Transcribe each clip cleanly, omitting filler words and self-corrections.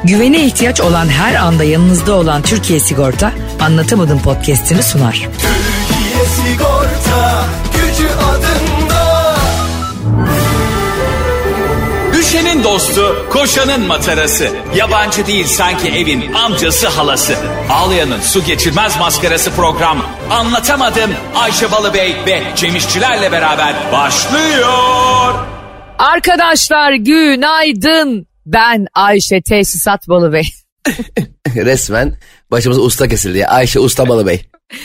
Güvene ihtiyaç olan her anda yanınızda olan Türkiye Sigorta Anlatamadım podcast'ini sunar. Türkiye Sigorta gücü adında. Düşenin dostu, koşanın matarası. Yabancı değil sanki evin amcası halası. Ağlayanın su geçirmez maskarası program. Anlatamadım Ayşe Balıbey ve Cemişçilerle beraber başlıyor. Arkadaşlar günaydın. Ben Ayşe Tesisat Balıbey. Resmen başımıza usta kesildi ya. Ayşe Usta Balıbey.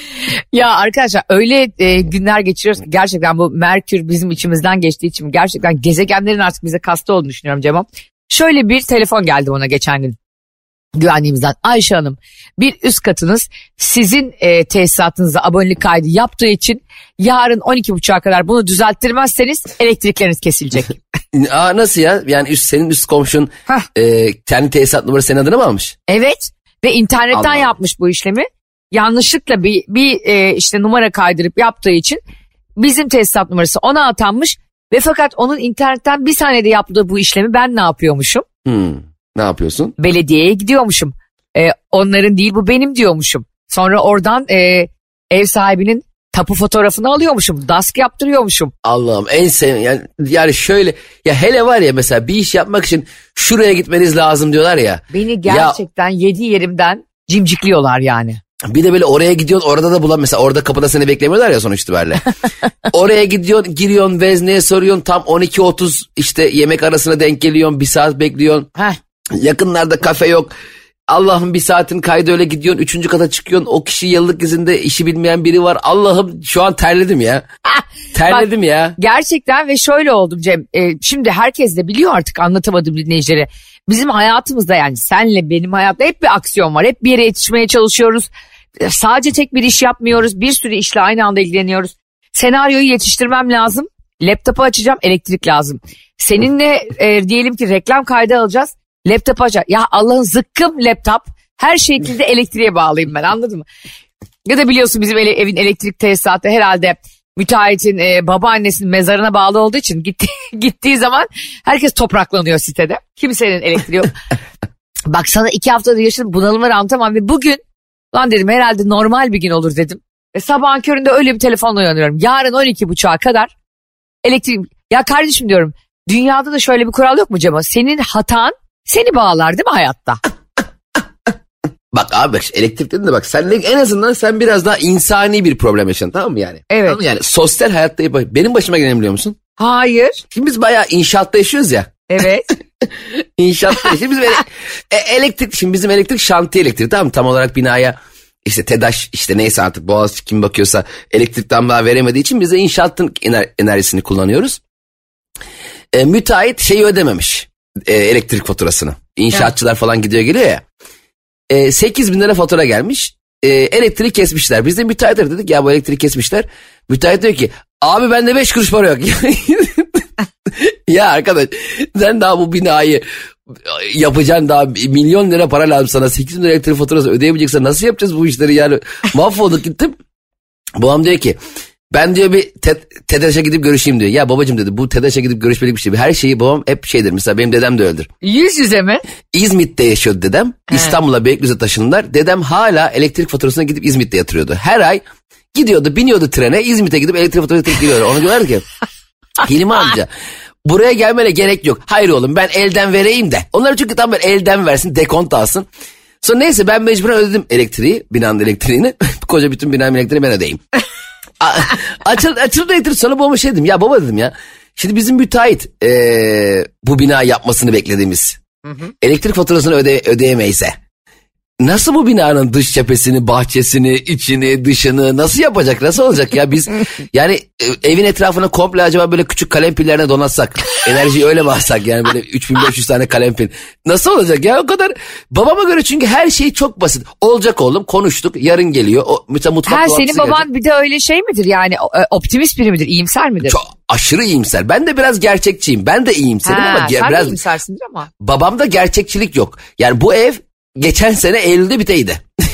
Ya arkadaşlar öyle günler geçiriyoruz ki gerçekten bu Merkür bizim içimizden geçtiği için gerçekten gezegenlerin artık bize kastı olduğunu düşünüyorum Cemam. Şöyle bir telefon geldi bana geçen gün güvenliğimizden. Ayşe Hanım, bir üst katınız sizin tesisatınıza abonelik kaydı yaptığı için yarın 12.30'a kadar bunu düzelttirmezseniz elektrikleriniz kesilecek. Aa, nasıl ya? Yani senin üst komşun kendi tesisat numarası senin adına mı almış? Evet ve internetten Allah. yapmış bu işlemi. Yanlışlıkla bir işte numara kaydırıp yaptığı için bizim tesisat numarası ona atanmış ve fakat onun internetten bir saniyede yaptığı bu işlemi ben ne yapıyormuşum? Ne yapıyorsun? Belediyeye gidiyormuşum. Onların değil bu benim diyormuşum. Sonra oradan ev sahibinin tapu fotoğrafını alıyormuşum. DASK yaptırıyormuşum. Allah'ım en yani şöyle ya, hele var ya mesela bir iş yapmak için şuraya gitmeniz lazım diyorlar ya. Beni gerçekten yedi yerimden cimcikliyorlar yani. Bir de böyle oraya gidiyorsun, orada da mesela orada kapıda seni beklemiyorlar ya sonuç itibariyle. Oraya gidiyorsun, giriyorsun, vezneye soruyorsun, tam 12.30 işte yemek arasına denk geliyorsun, bir saat bekliyorsun. Yakınlarda kafe yok. Allah'ım bir saatin kaydı, öyle gidiyorsun, 3. kata çıkıyorsun, o kişi yıllık izinde, işi bilmeyen biri var. Allah'ım şu an terledim ya. Terledim ya. Gerçekten ve şöyle oldum Cem. Şimdi herkes de biliyor artık, anlatamadım dinleyicilere. Bizim hayatımızda, yani senle benim hayatımda hep bir aksiyon var. Hep bir yere yetişmeye çalışıyoruz. Sadece tek bir iş yapmıyoruz. Bir sürü işle aynı anda ilgileniyoruz. Senaryoyu yetiştirmem lazım. Laptopu açacağım, elektrik lazım. Seninle diyelim ki reklam kaydı alacağız. Laptopu açacağım. Ya Allah'ın zıkkım laptop. Her şekilde elektriğe bağlayayım ben, anladın mı? Ya da biliyorsun bizim evin elektrik tesisatı herhalde müteahhitin babaannesinin mezarına bağlı olduğu için gittiği zaman herkes topraklanıyor sitede. Kimsenin elektriği yok. Bak sana 2 haftadır yaşadım, bunalımları anlatamam ve bugün lan dedim herhalde normal bir gün olur dedim. Ve sabahın köründe öyle bir telefonla uyanıyorum. Yarın 12.30'a kadar elektrik... Ya kardeşim diyorum, dünyada da şöyle bir kural yok mu Cema? Senin hatan seni bağlar değil mi hayatta? Bak abi, elektrik dedin de bak, en azından sen biraz daha insani bir problem yaşadın, tamam mı yani? Evet. Tamam, yani sosyal hayatta benim başıma gelen biliyor musun? Hayır. Şimdi biz bayağı inşaatta yaşıyoruz ya. Evet. İnşaatta yaşıyoruz. Bizim elektrik, şimdi bizim elektrik şantiye elektriği, tamam mı? Tam olarak binaya işte TEDAŞ işte neyse artık Boğaziçi kim bakıyorsa elektrik damlağı veremediği için biz de inşaatın enerjisini kullanıyoruz. Müteahhit şeyi ödememiş, elektrik faturasını. İnşaatçılar falan gidiyor geliyor ya. 8.000 lira fatura gelmiş. Elektriği kesmişler. Biz de müteahhite dedik ya, bu elektriği kesmişler. Müteahhit diyor ki abi bende 5 kuruş para yok. Ya arkadaş, sen daha bu binayı yapacaksın, daha milyon lira para lazım sana, 8.000 lira elektrik faturası ödeyemeyeceksen nasıl yapacağız bu işleri yani? Mahvolduk gittim. Babam diyor ki ben diyor bir TEDAŞ'a gidip görüşeyim diyor. Ya babacığım dedi, bu TEDAŞ'a gidip görüşmelik bir şey. Her şeyi babam hep şeydir, mesela benim dedem de öyledir. Yüz yüze mi? İzmit'te yaşıyordu dedem. İstanbul'a Beylikdüzü'ne taşındılar. Dedem hala elektrik faturasına gidip İzmit'te yatırıyordu. Her ay gidiyordu, biniyordu trene, İzmit'e gidip elektrik faturasını tek geliyordu. Ona diyorlar ki Hilmi amca buraya gelmene gerek yok. Hayır oğlum, ben elden vereyim de. Onlar çünkü tam böyle elden versin, dekont alsın. Sonra neyse ben mecburen ödedim elektriği, binanın elektriğini. Koca bütün binanın elektriğini ben ödeyeyim. Açıldı elektrik, sonra babama şey dedim. Ya baba dedim ya, şimdi bizim müteahhit bu bina yapmasını beklediğimiz elektrik faturasını ödeyemeyse nasıl bu binanın dış cephesini, bahçesini, içini, dışını nasıl yapacak? Nasıl olacak ya? Biz yani evin etrafına komple acaba böyle küçük kalem pillerine donatsak, enerjiyi öyle mi alsak yani, böyle 3500 tane kalem pil. Nasıl olacak ya? O kadar babama göre, çünkü her şey çok basit. Olacak oğlum, konuştuk, yarın geliyor. O mutfak senin baban gelecek. Bir de öyle şey midir yani, optimist biri midir, iyimser midir? Çok aşırı iyimser. Ben de biraz gerçekçiyim. Ben de iyimserim ama sen biraz iyimsersindir ama. Babamda gerçekçilik yok. Yani bu ev geçen sene Eylül'de biteydi.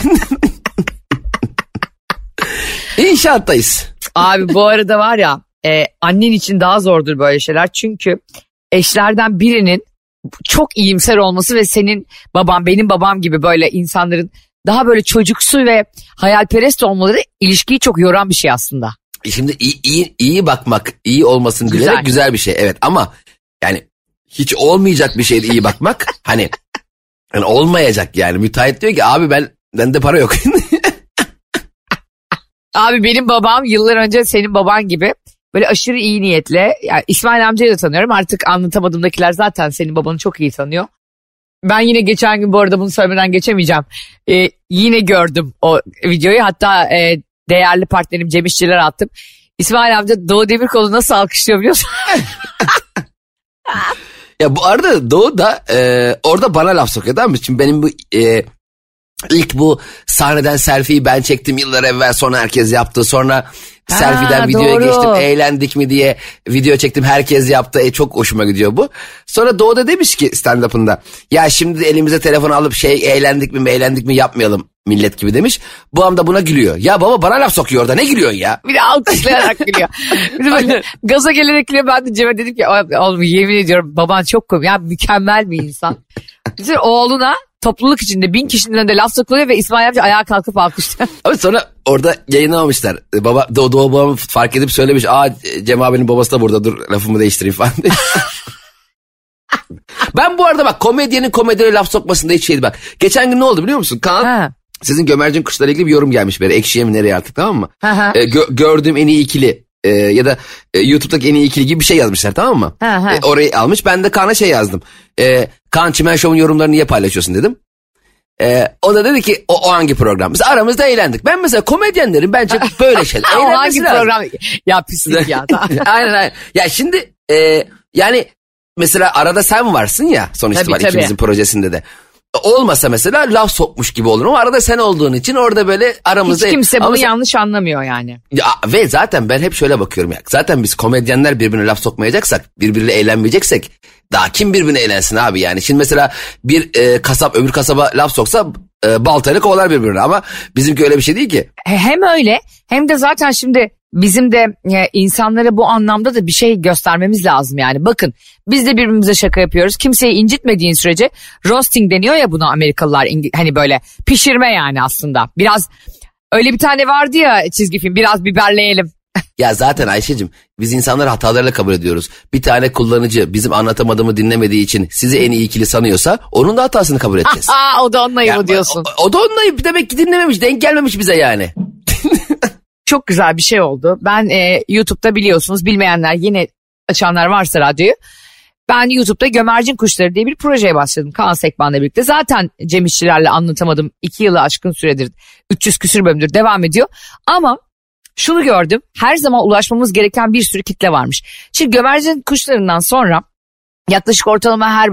İnşaattayız. Abi bu arada var ya, annen için daha zordur böyle şeyler. Çünkü eşlerden birinin çok iyimser olması ve senin baban benim babam gibi böyle insanların daha böyle çocuksu ve hayalperest olmaları ilişkiyi çok yoran bir şey aslında. Şimdi iyi bakmak, iyi olmasını dilemek güzel bir şey, evet, ama yani hiç olmayacak bir şeyde iyi bakmak hani olmayacak yani. Müteahhit diyor ki abi bende para yok. Abi benim babam yıllar önce senin baban gibi böyle aşırı iyi niyetle, yani İsmail amcayı da tanıyorum artık, anlatamadığımdakiler zaten senin babanı çok iyi tanıyor. Ben yine geçen gün, bu arada bunu söylemeden geçemeyeceğim, yine gördüm o videoyu, hatta değerli partnerim Cem İşçiler attım. İsmail amca Doğu Demirkol'u nasıl alkışlıyor biliyorsun? Ya bu arada Doğu da orada bana laf sokuyor, tamam mı? Şimdi benim bu ilk bu sahneden selfie'yi ben çektim yıllar evvel, sonra herkes yaptı, sonra selfie'den videoya doğru. geçtim, eğlendik mi diye video çektim, herkes yaptı, çok hoşuma gidiyor bu. Sonra Doğu da demiş ki stand-up'ında, ya şimdi de elimize telefon alıp eğlendik mi yapmayalım millet gibi demiş. Bu anda buna gülüyor. Ya baba bana laf sokuyor orada, ne gülüyorsun ya? Bir de alkışlayarak gülüyor. Bir de böyle gaza gelerek gülüyor. Ben de Cem'e dedim ki oğlum yemin ediyorum baban çok komik. Ya mükemmel bir insan. Bizim oğluna topluluk içinde 1000 kişinin önünde laf sokuluyor ve İsmail amca ayağa kalkıp alkışlıyor. Ama sonra orada yayınlamamışlar. Doğu babamı fark edip söylemiş. Cem abinin babası da burada, dur lafımı değiştireyim falan. Ben bu arada bak, komedyenin komedyene laf sokmasında hiç şeydi bak. Geçen gün ne oldu biliyor musun? Kaan, sizin Gömercin Kuşlar'la ilgili bir yorum gelmiş böyle. Ekşiye mi nereye artık, tamam mı? Gördüğüm en iyi ikili ya da YouTube'daki en iyi ikili gibi bir şey yazmışlar, tamam mı? Orayı almış. Ben de Kaan'a şey yazdım. Kaan Çimen Show'un yorumlarını niye paylaşıyorsun dedim. O da dedi ki o hangi program? Biz aramızda eğlendik. Ben mesela komedyenlerin bence böyle şeyler o hangi lazım. program? Ya pislik ya. Aynen. Ya şimdi yani mesela arada sen varsın ya sonuçta, tabii, var ikimizin projesinde de. Olmasa mesela laf sokmuş gibi olurum. O arada sen olduğun için orada böyle aramızda... Hiç kimse bunu yanlış anlamıyor yani. Ya, ve zaten ben hep şöyle bakıyorum ya. Zaten biz komedyenler birbirine laf sokmayacaksak, birbiriyle eğlenmeyeceksek daha kim birbirine eğlensin abi yani. Şimdi mesela bir kasap öbür kasaba laf soksa baltayla kovalar birbirine, ama bizimki öyle bir şey değil ki. Hem öyle hem de zaten şimdi bizim de insanlara bu anlamda da bir şey göstermemiz lazım yani. Bakın biz de birbirimize şaka yapıyoruz. Kimseyi incitmediğin sürece roasting deniyor ya buna Amerikalılar, hani böyle pişirme yani aslında. Biraz öyle bir tane vardı ya çizgi film, biraz biberleyelim. Ya zaten Ayşe'cim biz insanları hatalarıyla kabul ediyoruz. Bir tane kullanıcı bizim anlatamadığımı dinlemediği için sizi en iyi ikili sanıyorsa onun da hatasını kabul edeceğiz. O da onun ayıbı diyorsun. O da onun ayıbı, demek ki dinlememiş, denk gelmemiş bize yani. Çok güzel bir şey oldu. Ben YouTube'da biliyorsunuz, bilmeyenler yine açanlar varsa radyoyu. Ben YouTube'da Gömercin Kuşları diye bir projeye başladım Kaan Sekban'la birlikte. Zaten Cem İşçilerle anlatamadım. 2 yılı aşkın süredir, 300 küsür bölümdür devam ediyor. Ama şunu gördüm, her zaman ulaşmamız gereken bir sürü kitle varmış. Şimdi Gömercin Kuşları'ndan sonra yaklaşık ortalama her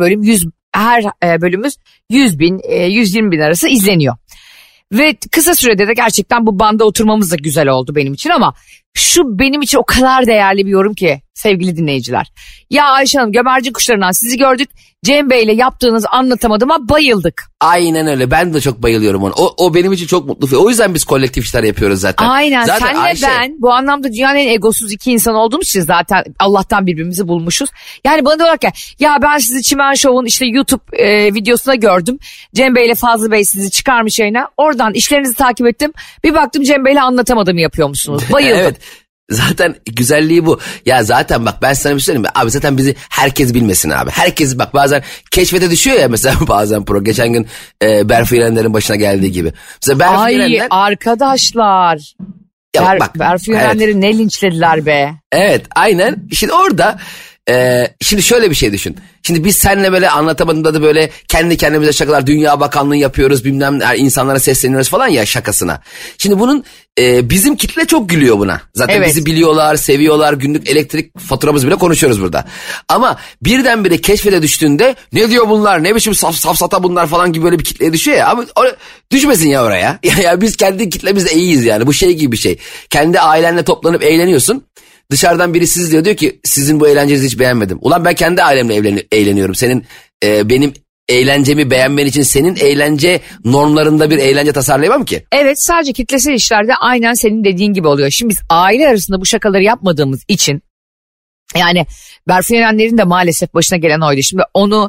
bölümümüz 100 bin, 120 bin arası izleniyor. Ve kısa sürede de gerçekten bu banda oturmamız da güzel oldu benim için, ama şu benim için o kadar değerli bir yorum ki sevgili dinleyiciler. Ya Ayşe Hanım, Gömercin Kuşları'ndan sizi gördük. Cem Bey'le yaptığınız anlatamadığıma bayıldık. Aynen öyle, ben de çok bayılıyorum ona. O benim için çok mutlu. O yüzden biz kolektif işler yapıyoruz zaten. Aynen, zaten senle Ayşe... ben bu anlamda dünyanın en egosuz iki insan olduğumuz için zaten Allah'tan birbirimizi bulmuşuz. Yani bana diyorlar ki ya ben sizi Çimen Show'un işte YouTube videosuna gördüm. Cem Bey'le Fazlı Bey sizi çıkarmış yayına. Oradan işlerinizi takip ettim. Bir baktım Cem Bey'le anlatamadığımı yapıyormuşsunuz. Bayıldım. Evet. Zaten güzelliği bu. Ya zaten bak ben sana bir şey söyleyeyim mi? Abi zaten bizi herkes bilmesin abi. Herkes bak bazen keşfete düşüyor ya mesela bazen geçen gün Berfu İrenler'in başına geldiği gibi. Mesela Berfu İrenler... arkadaşlar. Ya bak, Berfu İrenler'i evet. Ne linçlediler be. Evet aynen. Şimdi orada şimdi şöyle bir şey düşün. Şimdi biz seninle böyle anlatamadığımda da böyle kendi kendimize şakalar, Dünya Bakanlığı yapıyoruz, bilmem insanlara sesleniyoruz falan ya şakasına. Şimdi bunun bizim kitle çok gülüyor buna. Zaten evet. Bizi biliyorlar, seviyorlar, günlük elektrik faturamızı bile konuşuyoruz burada. Ama birdenbire keşfete düştüğünde ne diyor bunlar, ne biçim safsata bunlar falan gibi böyle bir kitleye düşüyor ya. Abi düşmesin ya oraya. Ya biz kendi kitlemizde iyiyiz yani, bu şey gibi bir şey. Kendi ailenle toplanıp eğleniyorsun. Dışarıdan biri siz diyor ki sizin bu eğlencenizi hiç beğenmedim. Ulan ben kendi ailemle eğleniyorum. Senin benim eğlencemi beğenmen için senin eğlence normlarında bir eğlence tasarlayamam ki. Evet, sadece kitlesel işlerde aynen senin dediğin gibi oluyor. Şimdi biz aile arasında bu şakaları yapmadığımız için, yani Berfu Yerenler'in de maalesef başına gelen oydu. Şimdi onu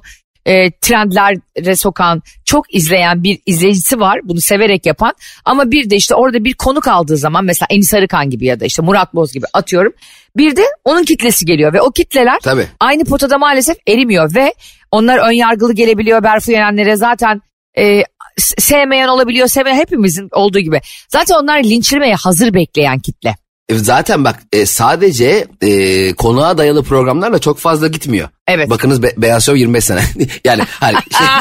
trendlere sokan, çok izleyen bir izleyicisi var. Bunu severek yapan. Ama bir de işte orada bir konuk aldığı zaman mesela Enis Arıkan gibi ya da işte Murat Boz gibi atıyorum. Bir de onun kitlesi geliyor ve o kitleler Tabii. aynı potada maalesef erimiyor ve onlar önyargılı gelebiliyor Berfu Yenenlere zaten sevmeyen olabiliyor, seven hepimizin olduğu gibi. Zaten onlar linçlemeye hazır bekleyen kitle. Zaten bak sadece konuğa dayalı programlarla çok fazla gitmiyor. Evet. Bakınız Beyaz Show 25 sene. Yani hani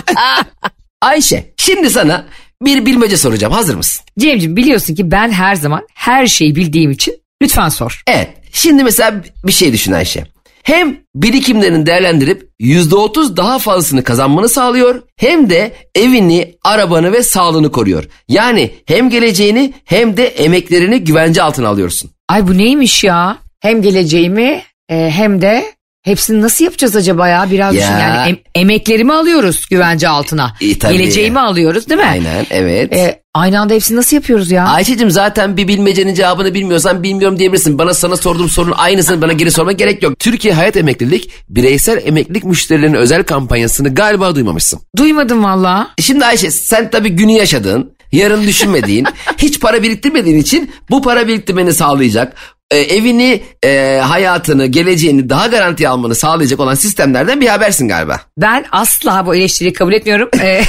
Ayşe şimdi sana bir bilmece soracağım, hazır mısın? Cemciğim biliyorsun ki ben her zaman her şeyi bildiğim için lütfen sor. Evet, şimdi mesela bir şey düşün Ayşe. Hem birikimlerini değerlendirip %30 daha fazlasını kazanmanı sağlıyor, hem de evini, arabanı ve sağlığını koruyor. Yani hem geleceğini hem de emeklerini güvence altına alıyorsun. Ay bu neymiş ya? Hem geleceğimi hem de hepsini nasıl yapacağız acaba ya? Biraz düşün yani emeklerimi alıyoruz güvence altına. Tabii. Geleceğimi alıyoruz değil mi? Aynen, evet. Aynı anda hepsini nasıl yapıyoruz ya? Ayşe'cim zaten bir bilmecenin cevabını bilmiyorsan bilmiyorum diyebilirsin. Sana sorduğum sorunun aynısını bana geri sorma gerek yok. Türkiye Hayat Emeklilik bireysel emeklilik müşterilerinin özel kampanyasını galiba duymamışsın. Duymadım valla. Şimdi Ayşe sen tabii günü yaşadığın, yarın düşünmediğin, hiç para biriktirmediğin için bu para biriktirmeni sağlayacak, evini, hayatını, geleceğini daha garantiye almanı sağlayacak olan sistemlerden bir habersin galiba. Ben asla bu eleştiriyi kabul etmiyorum.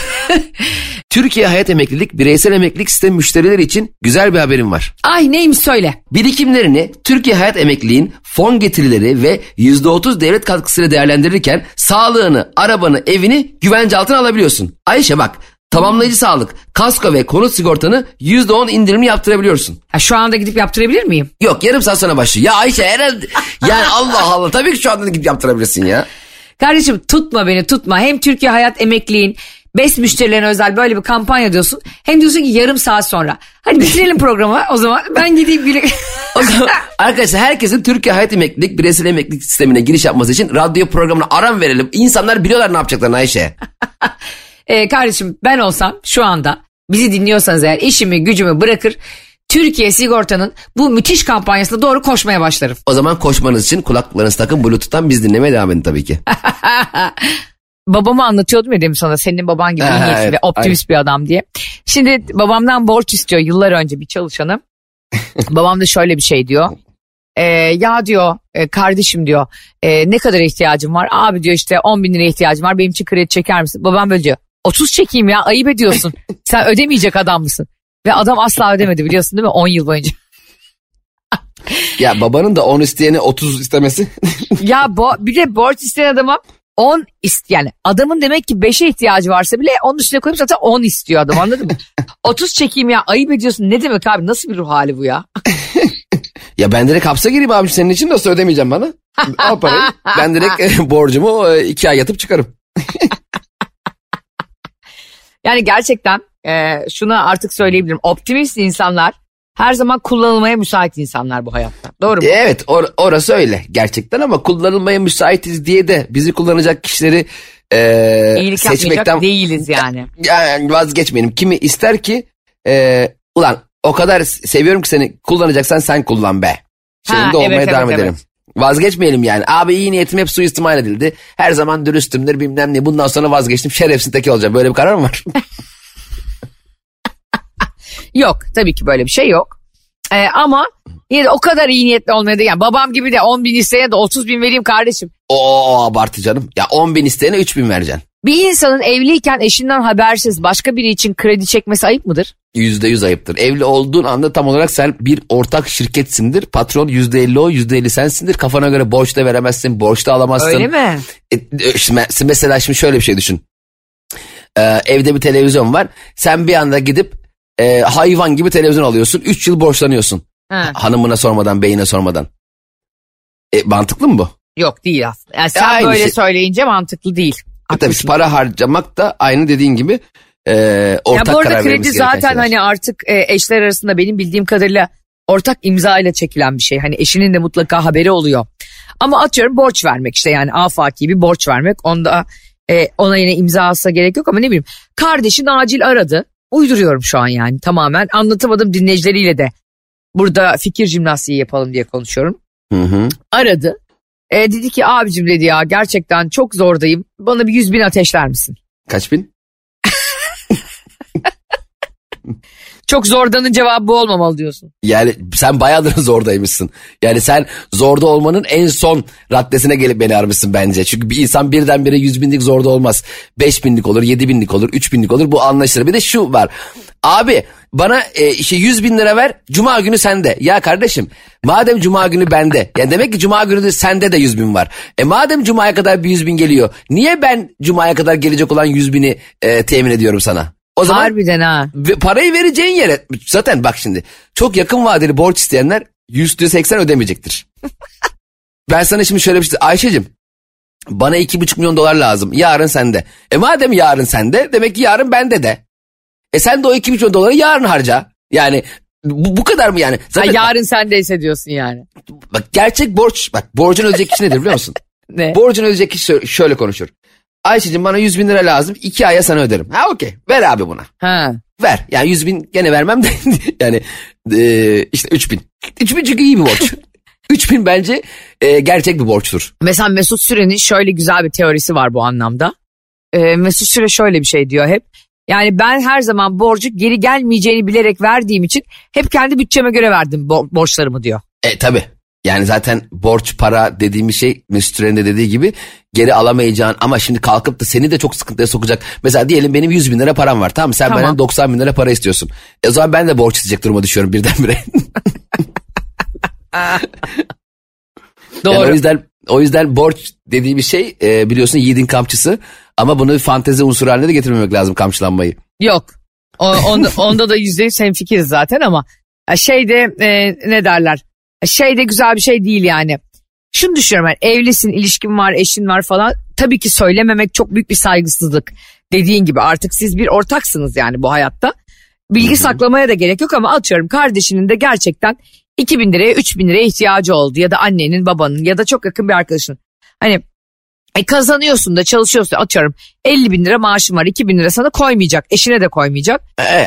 Türkiye Hayat Emeklilik bireysel emeklilik sistemi müşterileri için güzel bir haberim var. Ay neymiş söyle. Birikimlerini Türkiye Hayat Emekliliğin fon getirileri ve %30 devlet katkısıyla değerlendirirken sağlığını, arabanı, evini güvence altına alabiliyorsun. Ayşe bak, tamamlayıcı sağlık, kasko ve konut sigortanı %10 indirimli yaptırabiliyorsun. Ha, şu anda gidip yaptırabilir miyim? Yok, yarım saat sonra başlıyor. Ya Ayşe herhalde yani Allah Allah, tabii ki şu anda gidip yaptırabilirsin ya. Kardeşim tutma beni tutma. Hem Türkiye Hayat Emekliliğin BES müşterilerine özel böyle bir kampanya diyorsun. Hem diyorsun ki yarım saat sonra. Hadi bitirelim programı o zaman. Ben gideyim O zaman arkadaşlar herkesin Türkiye Hayat Emeklilik bireysel emeklilik sistemine giriş yapması için radyo programına aram verelim. İnsanlar biliyorlar ne yapacaklarını Ayşe. Kardeşim ben olsam şu anda bizi dinliyorsanız eğer işimi gücümü bırakır Türkiye Sigorta'nın bu müthiş kampanyasına doğru koşmaya başlarım. O zaman koşmanız için kulaklıklarınızı takın, Bluetooth'tan biz dinlemeye devam edin tabii ki. Babamı anlatıyordum ya demin sana, senin baban gibi iyi niyetli evet, ve optimist bir adam diye. Şimdi babamdan borç istiyor yıllar önce bir çalışanı. Babam da şöyle bir şey diyor. Ya diyor kardeşim diyor ne kadar ihtiyacım var? Abi diyor işte 10.000 liraya ihtiyacım var, benim için kredi çeker misin? Babam böyle diyor 30 çekeyim ya, ayıp ediyorsun. Sen ödemeyecek adam mısın? Ve adam asla ödemedi biliyorsun değil mi 10 yıl boyunca. Ya babanın da 10 isteyeni 30 istemesi. Ya bir de borç isteyen adama 10 yani adamın demek ki 5'e ihtiyacı varsa bile onun üstüne koyup zaten 10 istiyor adam, anladın mı? 30 çekeyim ya, ayıp ediyorsun, ne demek abi, nasıl bir ruh hali bu ya? Ya ben direkt hapse gireyim abi senin için, nasıl ödemeyeceğim bana? Al parayı, ben direkt borcumu 2 ay yatıp çıkarım. Yani gerçekten şunu artık söyleyebilirim, optimist insanlar her zaman kullanılmaya müsait insanlar bu hayatta. Doğru mu? Evet orası öyle gerçekten, ama kullanılmaya müsaitiz diye de bizi kullanacak kişileri İyilik seçmekten yapmayacak değiliz yani. Yani vazgeçmeyelim. Kimi ister ki ulan o kadar seviyorum ki seni, kullanacaksan sen kullan be. Şeyinde olmaya devam edelim. Vazgeçmeyelim yani. Abi iyi niyetim hep suistimal edildi. Her zaman dürüstümdür bilmem ne. Bundan sonra vazgeçtim. Şerefsiz teki olacağım. Böyle bir karar mı var? Yok tabii ki böyle bir şey yok. Ama yine de o kadar iyi niyetli olmaya da yani babam gibi de 10.000 isteyene de 30.000 vereyim kardeşim. Oo abartı canım. Ya 10.000 isteyene 3.000 vereceksin. Bir insanın evliyken eşinden habersiz başka biri için kredi çekmesi ayıp mıdır? %100 ayıptır. Evli olduğun anda tam olarak sen bir ortak şirketsindir. Patron %50 o, %50 sensindir. Kafana göre borç da veremezsin, borç da alamazsın. Öyle mi? Mesela şimdi şöyle bir şey düşün. Evde bir televizyon var. Sen bir anda gidip hayvan gibi televizyon alıyorsun. 3 yıl borçlanıyorsun. Hanımına sormadan, beyine sormadan. Mantıklı mı bu? Yok değil aslında. Yani sen böyle söyleyince mantıklı değil. Tabii para harcamak da aynı dediğin gibi ortak ya bu arada karar kredi vermesi gereken zaten şeyler. hani artık eşler arasında benim bildiğim kadarıyla ortak imza ile çekilen bir şey. Hani eşinin de mutlaka haberi oluyor. Ama atıyorum borç vermek işte, yani afaki bir borç vermek. Onda ona yine imzası gerek yok ama ne bileyim. Kardeşin acil aradı. Uyduruyorum şu an yani tamamen. Anlatamadım, dinleyicileriyle de burada fikir jimnastiği yapalım diye konuşuyorum. Hı. Aradı. Dedi ki abicim dedi ya gerçekten çok zordayım. Bana bir 100.000 ateşler misin? Kaç bin? Çok zordanın cevabı bu olmamalı diyorsun. Yani sen bayağıdır zordaymışsın. Yani sen zorda olmanın en son raddesine gelip beni aramışsın bence. Çünkü bir insan birdenbire 100.000'lik zorda olmaz. 5.000'lik olur, 7.000'lik olur, 3.000'lik olur, bu anlaşılır. Bir de şu var. Abi bana 100.000 lira ver, cuma günü sende. Ya kardeşim madem cuma günü bende, yani demek ki cuma günü de sende de 100.000 var. Madem cumaya kadar bir 100.000 geliyor, niye ben cumaya kadar gelecek olan 100.000'i temin ediyorum sana? O zaman harbiden ha. Parayı vereceğin yere zaten bak şimdi çok yakın vadeli borç isteyenler %80 ödemeyecektir. Ben sana şimdi şöyle bir şey, Ayşe'cim bana 2,5 milyon dolar lazım, yarın sende. Madem yarın sende, demek ki yarın bende de. Sen de o 2,5 milyon doları yarın harca. Yani bu kadar mı yani? Zaten, yarın sendeyse diyorsun yani. Bak gerçek borç, bak borcun ödeyecek kişi nedir biliyor musun? Ne? Borcun ödeyecek kişi şöyle konuşur. Ayşe'cim bana 100.000 lira lazım, 2 aya sana öderim. Ha okey, ver abi buna. Ha. Ver yani 100.000 gene vermem de yani işte 3.000. 3.000 çünkü iyi bir borç. 3.000 bence gerçek bir borçtur. Mesela Mesut Süren'in şöyle güzel bir teorisi var bu anlamda. Mesut Süre şöyle bir şey diyor hep. Yani ben her zaman borcu geri gelmeyeceğini bilerek verdiğim için hep kendi bütçeme göre verdim borçlarımı diyor. Tabii. Yani zaten borç para dediğimiz şey Mesut Süren'in de dediği gibi geri alamayacağın ama şimdi kalkıp da seni de çok sıkıntıya sokacak. Mesela diyelim benim 100.000 lira param var, tamam mı? Sen benden 90.000 lira para istiyorsun. O zaman ben de borç isteyecek duruma düşüyorum birdenbire. Doğru. Yani o yüzden borç dediğimiz şey biliyorsun yiğidin kamçısı, ama bunu bir fantezi unsuru haline de getirmemek lazım kamçılanmayı. Yok. Onda da %100 hemfikiriz zaten ama şeyde ne derler? Şey de güzel bir şey değil yani. Şunu düşünüyorum ben, evlisin, ilişkin var, eşin var falan. Tabii ki söylememek çok büyük bir saygısızlık. Dediğin gibi artık siz bir ortaksınız yani bu hayatta. Bilgi saklamaya da gerek yok ama atıyorum kardeşinin de gerçekten 2.000 liraya 3.000 liraya ihtiyacı oldu. Ya da annenin, babanın ya da çok yakın bir arkadaşın. Hani kazanıyorsun da çalışıyorsun, atıyorum 50.000 lira maaşın var, 2.000 lira sana koymayacak, eşine de koymayacak.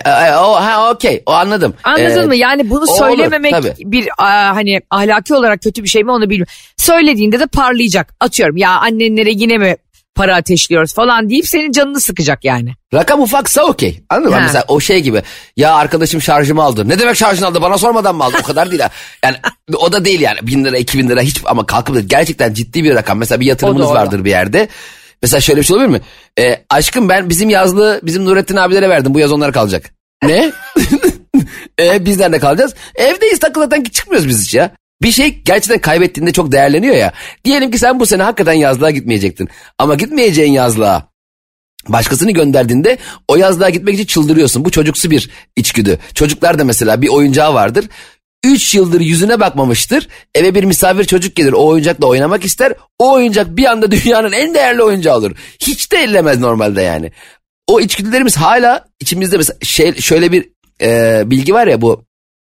Okey, o anladım. Anladın mı? Yani bunu söylememek olur, bir hani ahlaki olarak kötü bir şey mi onu bilmiyorum. Söylediğinde de parlayacak. Atıyorum ya annenlere yine mi para ateşliyoruz falan deyip senin canını sıkacak yani. Rakam ufaksa okey. Anladın mı? Mesela o şey gibi. Ya arkadaşım şarjımı aldı. Ne demek şarjını aldı? Bana sormadan mı aldı? O kadar değil ha. Yani o da değil yani. 1.000 lira, 2.000 lira hiç, ama kalkıp da gerçekten ciddi bir rakam. Mesela bir yatırımınız vardır bir yerde. Mesela şöyle bir şey olabilir mi? Aşkım ben bizim yazlığı bizim Nurettin abilere verdim. Bu yaz onlara kalacak. Ne? Biz nerede kalacağız? Evdeyiz, takılırken çıkmıyoruz biz hiç ya. Bir şey gerçekten kaybettiğinde çok değerleniyor ya. Diyelim ki sen bu sene hakikaten yazlığa gitmeyecektin. Ama gitmeyeceğin yazlığa başkasını gönderdiğinde o yazlığa gitmek için çıldırıyorsun. Bu çocuksu bir içgüdü. Çocuklar da mesela bir oyuncağı vardır. 3 yıldır yüzüne bakmamıştır. Eve bir misafir çocuk gelir, o oyuncakla oynamak ister. O oyuncak bir anda dünyanın en değerli oyuncağı olur. Hiç de ellemez normalde yani. O içgüdülerimiz hala içimizde. Mesela şöyle bir bilgi var ya, bu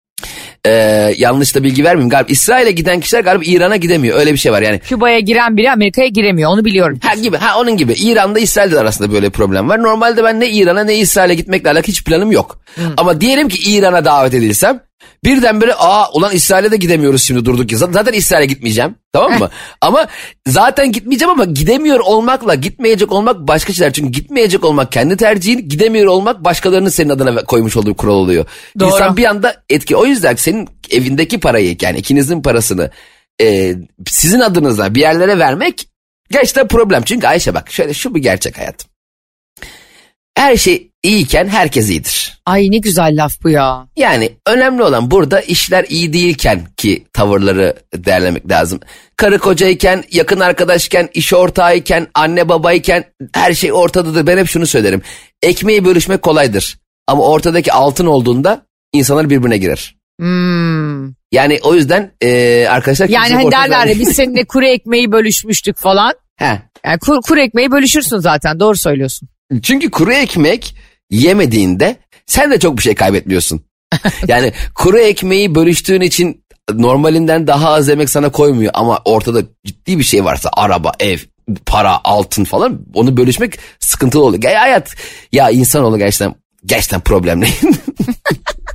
yanlış da bilgi vermeyeyim. Galiba İsrail'e giden kişiler galiba İran'a gidemiyor. Öyle bir şey var yani. Küba'ya giren biri Amerika'ya giremiyor, onu biliyorum. Onun gibi. İran'da İsrail'de arasında böyle bir problem var. Normalde ben ne İran'a ne İsrail'e gitmekle alakalı hiç planım yok. Ama diyelim ki İran'a davet edilsem, birdenbire ulan İsrail'e de gidemiyoruz şimdi durduk ya. Zaten İsrail'e gitmeyeceğim, tamam mı? Ama zaten gitmeyeceğim, ama gidemiyor olmakla gitmeyecek olmak başka şeyler. Çünkü gitmeyecek olmak kendi tercihin, gidemiyor olmak başkalarının senin adına koymuş olduğu kural oluyor. Doğru. İnsan bir anda etki. O yüzden senin evindeki parayı, yani ikinizin parasını sizin adınıza bir yerlere vermek gerçekten problem. Çünkü Ayşe bak şöyle, şu bir gerçek hayatım. Her şey iyiyken herkes iyidir. Ay ne güzel laf bu ya. Yani önemli olan burada işler iyi değilken ki tavırları değerlemek lazım. Karı kocayken, yakın arkadaşken, iş ortağıyken, anne babayken her şey ortadadır. Ben hep şunu söylerim. Ekmeği bölüşmek kolaydır. Ama ortadaki altın olduğunda insanlar birbirine girer. Yani o yüzden arkadaşlar... Yani hani derler ya, biz seninle kuru ekmeği bölüşmüştük falan. Yani kuru ekmeği bölüşürsün zaten, doğru söylüyorsun. Çünkü kuru ekmek yemediğinde sen de çok bir şey kaybetmiyorsun. Yani kuru ekmeği bölüştüğün için normalinden daha az yemek sana koymuyor. Ama ortada ciddi bir şey varsa, araba, ev, para, altın falan, onu bölüşmek sıkıntılı oluyor. Hayat ya, insanoğlu gerçekten problemli.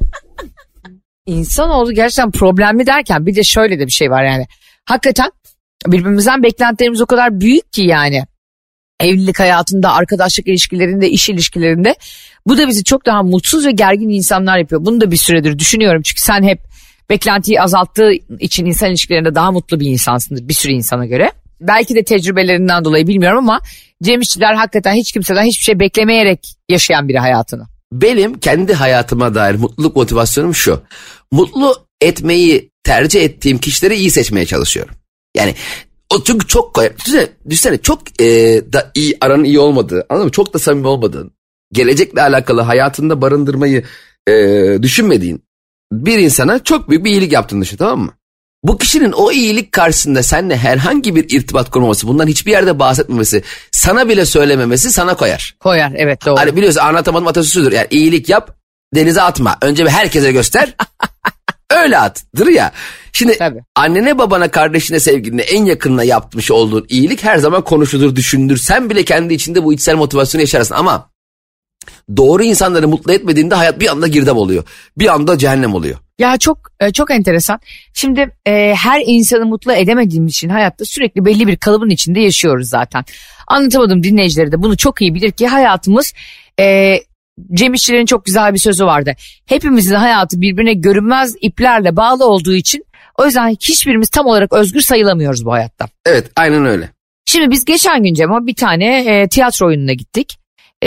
İnsanoğlu gerçekten problemli derken bir de şöyle de bir şey var yani. Hakikaten Birbirimizden beklentilerimiz o kadar büyük ki yani. Evlilik hayatında, arkadaşlık ilişkilerinde, iş ilişkilerinde. Bu da bizi çok daha mutsuz ve gergin insanlar yapıyor. Bunu da bir süredir düşünüyorum. Çünkü sen hep beklentiyi azalttığı için insan ilişkilerinde daha mutlu bir insansındır bir sürü insana göre. Belki de tecrübelerinden dolayı bilmiyorum ama Cem İşçiler hakikaten hiç kimseden hiçbir şey beklemeyerek yaşayan biri hayatını. Benim kendi hayatıma dair mutluluk motivasyonum şu. Mutlu etmeyi tercih ettiğim kişileri iyi seçmeye çalışıyorum. Yani o çünkü çok kolay. Düşünsene çok da iyi, aranın iyi olmadığı, anladın mı? Çok da samimi olmadığın, gelecekle alakalı hayatında barındırmayı düşünmediğin bir insana çok büyük bir iyilik yaptığını düşün, tamam mı? Bu kişinin o iyilik karşısında seninle herhangi bir irtibat kurmaması, bundan hiçbir yerde bahsetmemesi, sana bile söylememesi sana koyar. Koyar, evet, doğru. Hani biliyorsun, anlatamadım atasözüdür. Yani iyilik yap, denize atma. Önce bir herkese göster. Öyle attır ya. Şimdi Tabii. Annene, babana, kardeşine, sevgiline, en yakınına yapmış olduğun iyilik her zaman konuşulur, düşünülür. Sen bile kendi içinde bu içsel motivasyonu yaşarsın ama doğru insanları mutlu etmediğinde hayat bir anda girdap oluyor. Bir anda cehennem oluyor. Ya çok enteresan. Şimdi her insanı mutlu edemediğimiz için hayatta sürekli belli bir kalıbın içinde yaşıyoruz zaten. Anlatamadım, dinleyicileri de bunu çok iyi bilir ki hayatımız... Cem İşçilerin çok güzel bir sözü vardı. Hepimizin hayatı birbirine görünmez iplerle bağlı olduğu için o yüzden hiçbirimiz tam olarak özgür sayılamıyoruz bu hayatta. Evet, aynen öyle. Şimdi biz geçen gün Cem'e bir tane tiyatro oyununa gittik.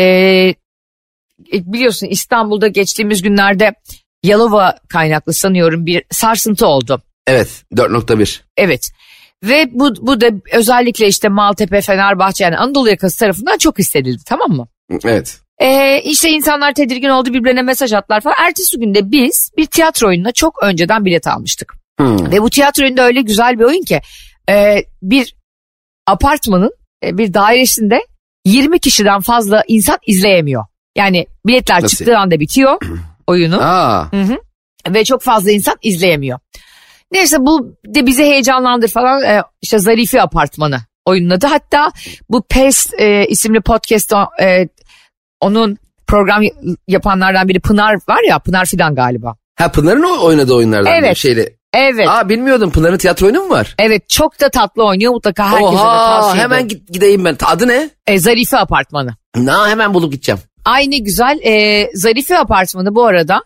Biliyorsun İstanbul'da geçtiğimiz günlerde Yalova kaynaklı sanıyorum bir sarsıntı oldu. Evet, 4.1. Evet. Ve bu da özellikle işte Maltepe, Fenerbahçe, yani Anadolu yakası tarafından çok hissedildi, tamam mı? Evet. İşte insanlar tedirgin oldu, birbirine mesaj attılar falan. Ertesi günde biz bir tiyatro oyununa çok önceden bilet almıştık. Ve bu tiyatro oyunda öyle güzel bir oyun ki bir apartmanın bir dairesinde 20 kişiden fazla insan izleyemiyor. Yani biletler Nasıl? çıktığı anda bitiyor oyunu. Hı. Ve çok fazla insan izleyemiyor. Neyse bu de bizi heyecanlandır falan. İşte Zarife Apartmanı oyunun adı. Hatta bu PES isimli podcast onun program yapanlardan biri Pınar var ya, Pınar Fidan galiba. Ha, Pınar'ın oynadığı oyunlardan Evet. bir şeyle. Evet. Bilmiyordum, Pınar'ın tiyatro oyunu mu var? Evet, çok da tatlı oynuyor, mutlaka herkese de tavsiye hemen ederim. gideyim ben. Adı ne? Zarife Apartmanı. Hemen bulup gideceğim. Ay ne güzel. Zarife Apartmanı bu arada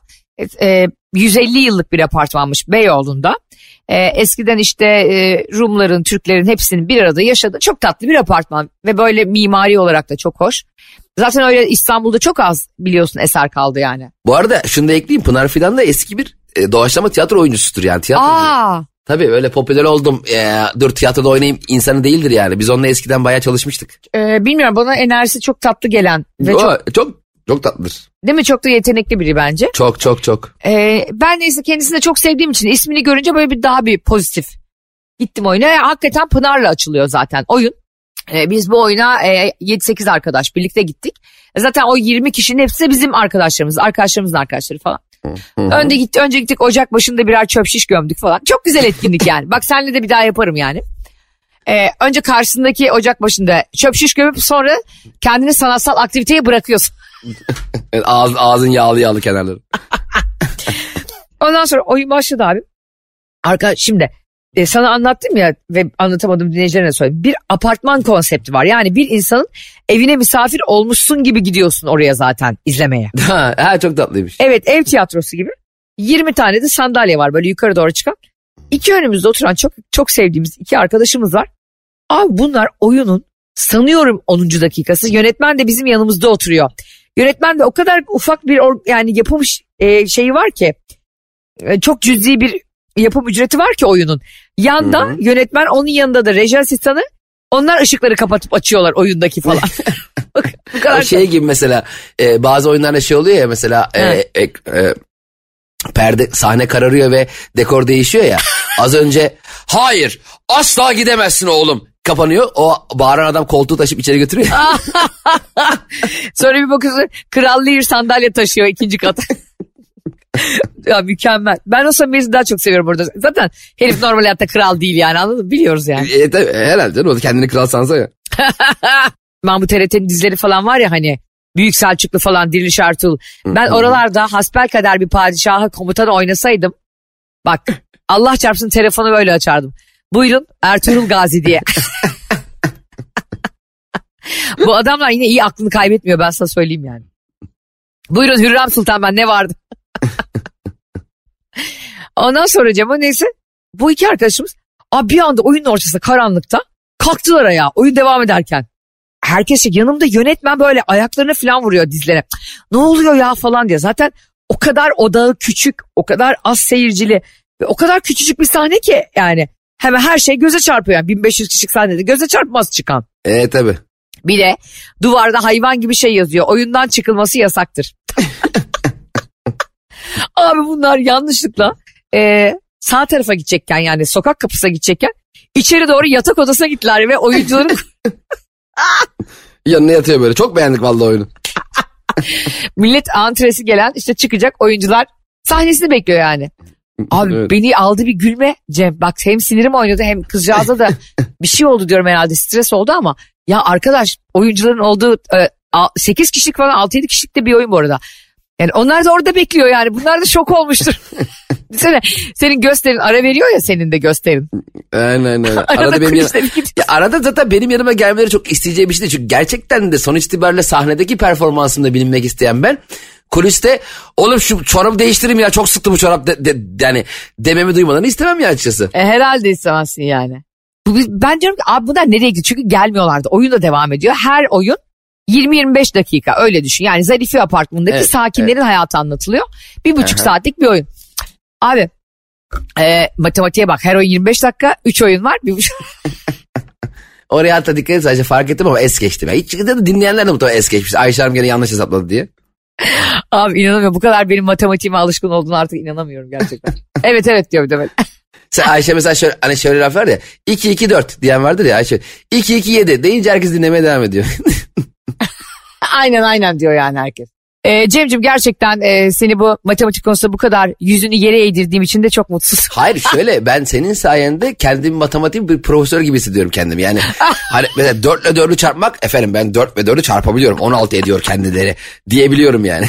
150 yıllık bir apartmanmış Beyoğlu'nda. Eskiden işte Rumların, Türklerin hepsinin bir arada yaşadığı çok tatlı bir apartman ve böyle mimari olarak da çok hoş. Zaten öyle İstanbul'da çok az biliyorsun eser kaldı yani. Bu arada şunu da ekleyeyim, Pınar Fidan da eski bir doğaçlama tiyatro oyuncusudur yani. Tiyatrocu. Tabii öyle popüler oldum, dur tiyatroda oynayayım insanı değildir yani. Biz onunla eskiden bayağı çalışmıştık. Bilmiyorum, bana enerjisi çok tatlı gelen. Ve çok tatlıdır. Değil mi? Çok da yetenekli biri bence. Çok. Ben neyse kendisini de çok sevdiğim için ismini görünce böyle daha bir pozitif gittim oyuna. Hakikaten Pınar'la açılıyor zaten oyun. Biz bu oyuna 7-8 arkadaş birlikte gittik. Zaten o 20 kişinin hepsi de bizim arkadaşlarımız, arkadaşlarımızın arkadaşları falan. Önce gittik ocak başında birer çöp şiş gömdük falan. Çok güzel etkinlik yani. Bak seninle de bir daha yaparım yani. Önce karşısındaki ocak başında çöp şiş gömüp sonra kendini sanatsal aktiviteye bırakıyorsun. Evet, ağzın yağlı kenarları. Ondan sonra oyun başladı abi. Şimdi sana anlattım ya ve anlatamadım, dinleyicilerine söyledim. Bir apartman konsepti var. Yani bir insanın evine misafir olmuşsun gibi gidiyorsun oraya zaten izlemeye. Çok tatlıymış. Evet, ev tiyatrosu gibi. 20 tane de sandalye var böyle yukarı doğru çıkan. İki önümüzde oturan çok sevdiğimiz iki arkadaşımız var. Abi bunlar oyunun sanıyorum 10. dakikası. Yönetmen de bizim yanımızda oturuyor. Yönetmen de o kadar ufak bir yani yapılmış şeyi var ki çok cüzi bir yapım ücreti var ki oyunun. Yanda yönetmen, onun yanında da reji asistanı, onlar ışıkları kapatıp açıyorlar oyundaki falan. Bu kadar şey gibi mesela bazı oyunlarda şey oluyor ya mesela perde, sahne kararıyor ve dekor değişiyor ya. Az önce hayır asla gidemezsin oğlum kapanıyor. O bağıran adam koltuğu taşıp içeri götürüyor. Sonra bir bakıyorsun Kral Lear sandalye taşıyor 2. kata. Ya mükemmel. Ben o Samir'i daha çok seviyorum burada. Zaten herif normal hayatta kral değil yani, anladın mı? Biliyoruz yani. Tabii, herhalde canım, o da kendini kral sansa ya. Ben bu TRT'nin dizileri falan var ya hani Büyük Selçuklu falan, Diriliş Ertuğrul. Ben oralarda hasbelkader bir padişahı komutanı oynasaydım, bak Allah çarpsın telefonu böyle açardım. Buyurun Ertuğrul Gazi diye. Bu adamlar yine iyi aklını kaybetmiyor, ben sana söyleyeyim yani. Buyurun Hürrem Sultan, ben ne vardı? Ondan sonra Cemo neyse bu iki arkadaşımız bir anda oyunun ortasında karanlıkta kalktılar ayağa oyun devam ederken. Herkes yanımda yönetmen böyle ayaklarını falan vuruyor dizlerine. Ne oluyor ya falan diye. Zaten o kadar odağı küçük, o kadar az seyircili ve o kadar küçücük bir sahne ki yani hemen her şey göze çarpıyor. Yani 1500 kişilik sahnede göze çarpmaz çıkan. Tabii. Bir de duvarda hayvan gibi şey yazıyor. Oyundan çıkılması yasaktır. Abi bunlar yanlışlıkla sağ tarafa gidecekken yani sokak kapısına gidecekken içeri doğru yatak odasına gittiler ve oyuncuların yanına yatıyor böyle. Çok beğendik vallahi oyunu. Millet antresi gelen işte çıkacak oyuncular sahnesini bekliyor yani. Abi evet. Beni aldı bir gülme Cem. Bak hem sinirim oynadı hem kızcağıza da bir şey oldu diyorum herhalde, stres oldu ama ya arkadaş oyuncuların olduğu 8 kişilik falan 6-7 kişilik de bir oyun bu arada. Yani onlar da orada bekliyor yani. Bunlar da şok olmuştur. Senin gösterin ara veriyor ya, senin de gösterin. Aynen. Arada benim arada zaten benim yanıma gelmeleri çok isteyeceğim bir şey değil. Çünkü gerçekten de sonuç itibariyle sahnedeki performansımda bilinmek isteyen ben kuliste oğlum şu çorabı değiştireyim ya çok sıktı bu çorap yani dememi duymalarını istemem ya açıkçası. Herhalde istemezsin yani. Ben diyorum ki abi bunlar nereye gidiyor? Çünkü gelmiyorlardı. Oyun da devam ediyor. Her oyun 20-25 dakika öyle düşün. Yani Zarife Apartmanı'ndaki sakinlerin hayatı anlatılıyor. 1,5 saatlik bir oyun. Abi matematiğe bak, her oyun 25 dakika 3 oyun var 1,5. Oraya hatta dikkat et, sadece fark ettim ama es geçtim. Hiç dinleyenler de mutlaka es geçmiş. Ayşe Hanım gene yanlış hesapladı diye. Abi inanamıyorum, bu kadar benim matematiğime alışkın olduğunu artık inanamıyorum gerçekten. evet diyor bir de böyle. Sen Ayşe mesela şöyle, hani şöyle laf var ya 2-2-4 diyen vardır ya Ayşe 2-2-7 deyince herkes dinlemeye devam ediyor. Aynen diyor yani herkes. Cem'ciğim gerçekten seni bu matematik konusunda bu kadar yüzünü yere eğdirdiğim için de çok mutsuz. Hayır şöyle, ben senin sayende kendimi matematik bir profesör gibi hissediyorum kendimi. Yani hani mesela 4 ile 4'ü çarpmak, efendim ben 4 ve 4'ü çarpabiliyorum 16 ediyor kendileri diyebiliyorum yani.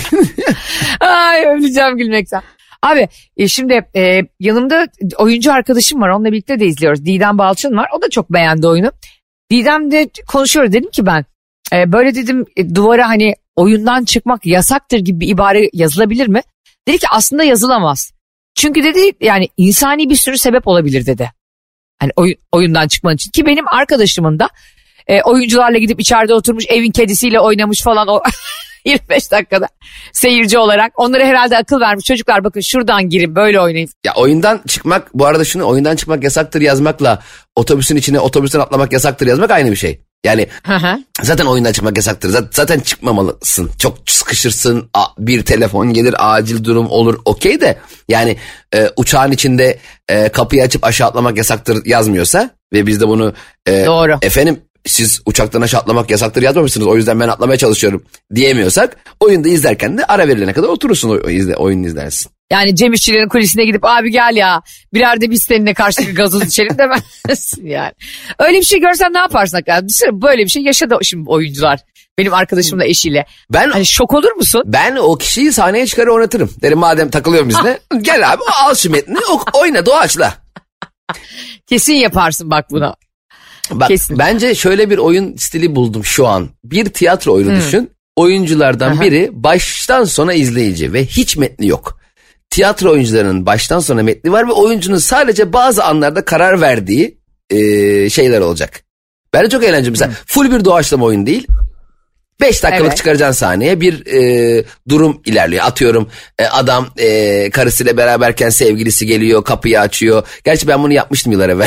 Ay öleceğim gülmekten. Abi şimdi yanımda oyuncu arkadaşım var, onunla birlikte de izliyoruz. Didem Balçın var, o da çok beğendi oyunu. Didem'le konuşuyoruz, dedim ki ben böyle dedim duvara hani oyundan çıkmak yasaktır gibi bir ibare yazılabilir mi? Dedi ki aslında yazılamaz. Çünkü dedi yani insani bir sürü sebep olabilir dedi. Hani oyundan çıkman için. Ki benim arkadaşımın da oyuncularla gidip içeride oturmuş evin kedisiyle oynamış falan o 25 dakikada seyirci olarak. Onlara herhalde akıl vermiş. Çocuklar bakın şuradan girin böyle oynayın. Ya oyundan çıkmak, bu arada şunu, oyundan çıkmak yasaktır yazmakla otobüsün içine otobüsten atlamak yasaktır yazmak aynı bir şey. Yani zaten oyundan çıkmak yasaktır. Zaten çıkmamalısın. Çok sıkışırsın. Bir telefon gelir, acil durum olur. Okey de yani uçağın içinde kapıyı açıp aşağı atlamak yasaktır yazmıyorsa ve biz de bunu doğru. Efendim siz uçaktan aşağı atlamak yasaktır yazmamışsınız, o yüzden ben atlamaya çalışıyorum diyemiyorsak oyunda izlerken de ara verilene kadar oturursun oyunu izlersin. Yani Cem İşçilerin kulisine gidip abi gel ya birer de biz seninle karşılıklı gazoz içelim demezsin yani. Öyle bir şey görsen ne yaparsın hakikaten? Böyle bir şey yaşadı şimdi oyuncular. Benim arkadaşımla eşiyle. Hani şok olur musun? Ben o kişiyi sahneye çıkarır oynatırım. Derim madem takılıyorum bizle. Gel abi al şu metni oyna doğaçla. Kesin yaparsın bak buna. Bak kesin. Bence şöyle bir oyun stili buldum şu an. Bir tiyatro oyunu düşün. Oyunculardan biri baştan sona izleyici ve hiç metni yok. Tiyatro oyuncularının baştan sona metni var ve oyuncunun sadece bazı anlarda karar verdiği şeyler olacak. Bence çok eğlenceli. Mesela full bir doğaçlama oyun değil. 5 dakikalık çıkaracaksın sahneye bir durum ilerliyor. Atıyorum adam karısıyla beraberken sevgilisi geliyor, kapıyı açıyor. Gerçi ben bunu yapmıştım yıllar evvel.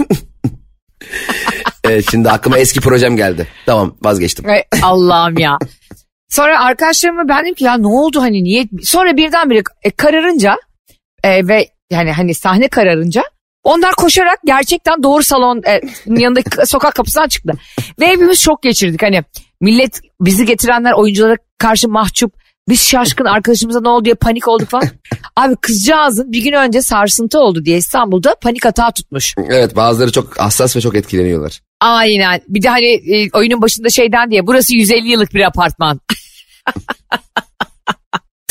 Şimdi aklıma eski projem geldi. Tamam vazgeçtim. Allah'ım ya. Sonra arkadaşlarıma ben dedim ki ya ne oldu hani niye? Sonra birdenbire kararınca ve yani hani sahne kararınca onlar koşarak gerçekten doğru salon yanındaki sokak kapısından çıktı. Ve hepimiz şok geçirdik. Hani millet, bizi getirenler oyunculara karşı mahcup. Biz şaşkın, arkadaşımıza ne oldu diye panik olduk falan. Abi kızcağızın bir gün önce sarsıntı oldu diye İstanbul'da panik atağı tutmuş. Evet, bazıları çok hassas ve çok etkileniyorlar. Aynen. Bir de hani oyunun başında şeyden diye burası 150 yıllık bir apartman.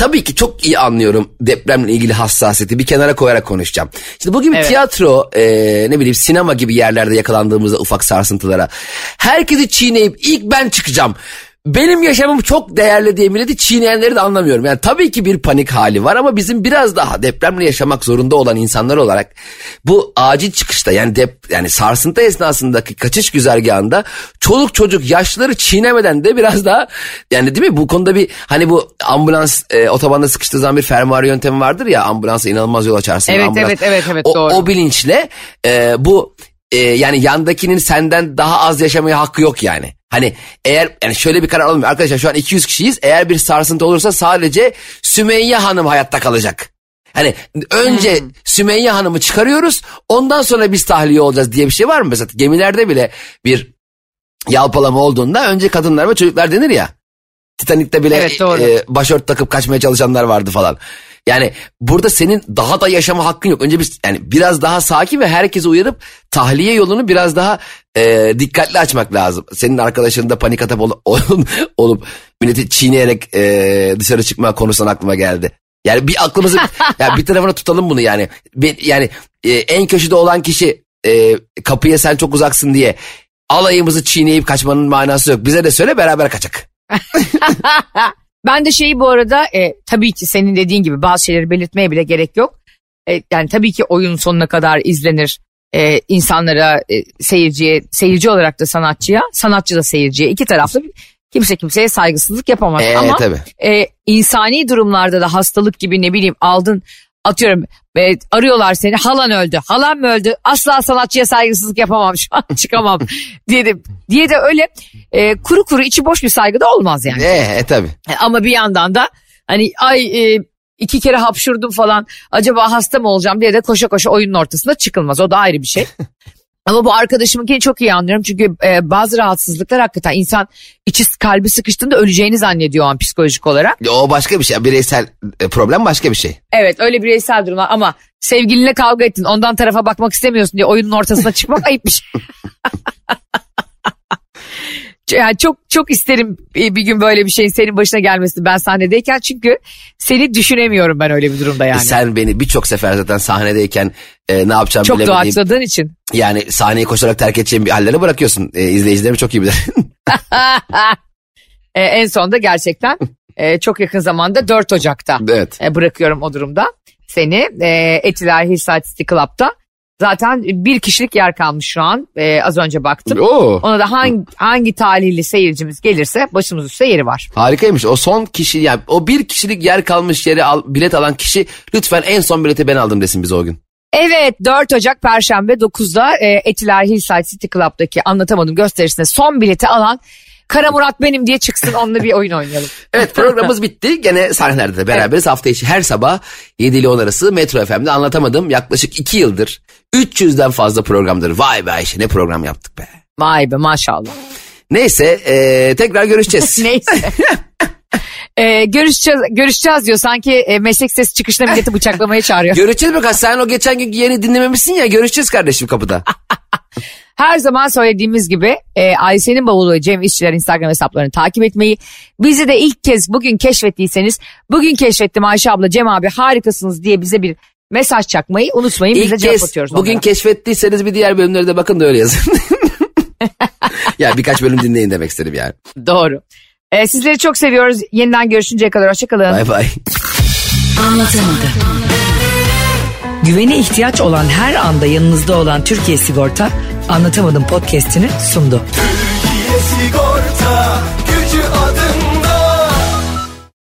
tabii ki çok iyi anlıyorum depremle ilgili hassasiyeti, bir kenara koyarak konuşacağım. Şimdi bu gibi tiyatro, ne bileyim sinema gibi yerlerde yakalandığımızda ufak sarsıntılara herkesi çiğneyip ilk ben çıkacağım, benim yaşamım çok değerli diye milleti çiğneyenleri de anlamıyorum. Yani tabii ki bir panik hali var ama bizim biraz daha depremle yaşamak zorunda olan insanlar olarak bu acil çıkışta yani sarsıntı esnasındaki kaçış güzergahında çoluk çocuk yaşlıları çiğnemeden de biraz daha, yani değil mi? Bu konuda bir hani bu ambulans otobanda sıkıştığı zaman bir fermuar yöntemi vardır ya, ambulansa inanılmaz yol açarsın. Evet doğru. O bilinçle bu yani yandakinin senden daha az yaşamaya hakkı yok yani. Hani eğer yani şöyle bir karar alınmıyor. Arkadaşlar şu an 200 kişiyiz. Eğer bir sarsıntı olursa sadece Sümeyye Hanım hayatta kalacak. Hani önce Sümeyye Hanım'ı çıkarıyoruz. Ondan sonra biz tahliye olacağız diye bir şey var mı? Mesela gemilerde bile bir yalpalama olduğunda önce kadınlar ve çocuklar denir ya. Titanik'te bile başört takıp kaçmaya çalışanlar vardı falan. Yani burada senin daha da yaşama hakkın yok. Önce biz yani biraz daha sakin ve herkese uyarıp tahliye yolunu biraz daha dikkatli açmak lazım. Senin arkadaşının da panik atak olup milleti çiğneyerek dışarı çıkma konusundan aklıma geldi. Yani bir aklımızı yani bir tarafına tutalım bunu yani. Yani en köşede olan kişi kapıya sen çok uzaksın diye alayımızı çiğneyip kaçmanın manası yok. Bize de söyle, beraber kaçak. Ben de şeyi bu arada tabii ki senin dediğin gibi bazı şeyleri belirtmeye bile gerek yok. Yani tabii ki oyun sonuna kadar izlenir. İnsanlara, seyirci olarak da sanatçıya, sanatçı da seyirciye, iki taraflı kimse kimseye saygısızlık yapamaz. Ama insani durumlarda da hastalık gibi ne bileyim aldın atıyorum arıyorlar seni, halan öldü, halan mı öldü, asla sanatçıya saygısızlık yapamam şu an çıkamam diye de öyle kuru kuru içi boş bir saygı da olmaz yani. Tabii. Ama bir yandan da hani 2 kere hapşurdum falan, acaba hasta mı olacağım diye de koşa koşa oyunun ortasında çıkılmaz, o da ayrı bir şey. Ama bu arkadaşımınkini çok iyi anlıyorum çünkü bazı rahatsızlıklar hakikaten insan içi kalbi sıkıştığında öleceğini zannediyor o an psikolojik olarak. O başka bir şey, bireysel problem başka bir şey. Evet, öyle bireysel durumlar ama sevgilinle kavga ettin, ondan tarafa bakmak istemiyorsun diye oyunun ortasına çıkmak ayıp bir şey. Yani çok isterim bir gün böyle bir şeyin senin başına gelmesini ben sahnedeyken, çünkü seni düşünemiyorum ben öyle bir durumda yani. Sen beni birçok sefer zaten sahnedeyken ne yapacağımı çok bilemediğim. Çok doğaçladığın için. Yani sahneyi koşarak terk edeceğim bir hallere bırakıyorsun. İzleyicilerim çok iyi bilir. En sonunda gerçekten çok yakın zamanda 4 Ocak'ta bırakıyorum o durumda seni. Etiler Hillside City Club'da. Zaten 1 kişilik yer kalmış şu an. Az önce baktım. Ona da hangi talihli seyircimiz gelirse başımız üstte yeri var. Harikaymış. O son kişi, yani o 1 kişilik yer kalmış yere bilet alan kişi lütfen en son bileti ben aldım desin bize o gün. Evet, 4 Ocak Perşembe 9'da Etiler Hillside City Club'daki Anlatamadım gösterisine son bileti alan Kara Murat benim diye çıksın, onunla bir oyun oynayalım. Evet, programımız bitti. Gene sahnelerde de beraberiz. Hafta içi her sabah 7 ile 10 arası Metro FM'de Anlatamadım. Yaklaşık 2 yıldır 300'den fazla programdır. Vay be Ayşe, ne program yaptık be. Vay be maşallah. Neyse tekrar görüşeceğiz. Neyse. Görüşeceğiz diyor. Sanki meslek sesi çıkışında milleti bıçaklamaya çağırıyor. Görüşeceğiz bakalım. Sen o geçen gün yeni dinlememişsin ya. Görüşeceğiz kardeşim kapıda. Her zaman söylediğimiz gibi Ayşe'nin bavulu ve Cem İşçiler Instagram hesaplarını takip etmeyi, bizi de ilk kez bugün keşfettiyseniz, bugün keşfettim Ayşe abla, Cem abi harikasınız diye bize bir mesaj çakmayı unutmayın. Biz de cevap atıyoruz onlara. Bugün keşfettiyseniz bir diğer bölümlere de bakın da öyle yazın. Ya birkaç bölüm dinleyin demek istedim yani. Doğru. Sizleri çok seviyoruz. Yeniden görüşünceye kadar hoşçakalın. Bay bay. Anlatamadım. Güvene ihtiyaç olan her anda yanınızda olan Türkiye Sigorta Anlatamadım podcast'ini sundu.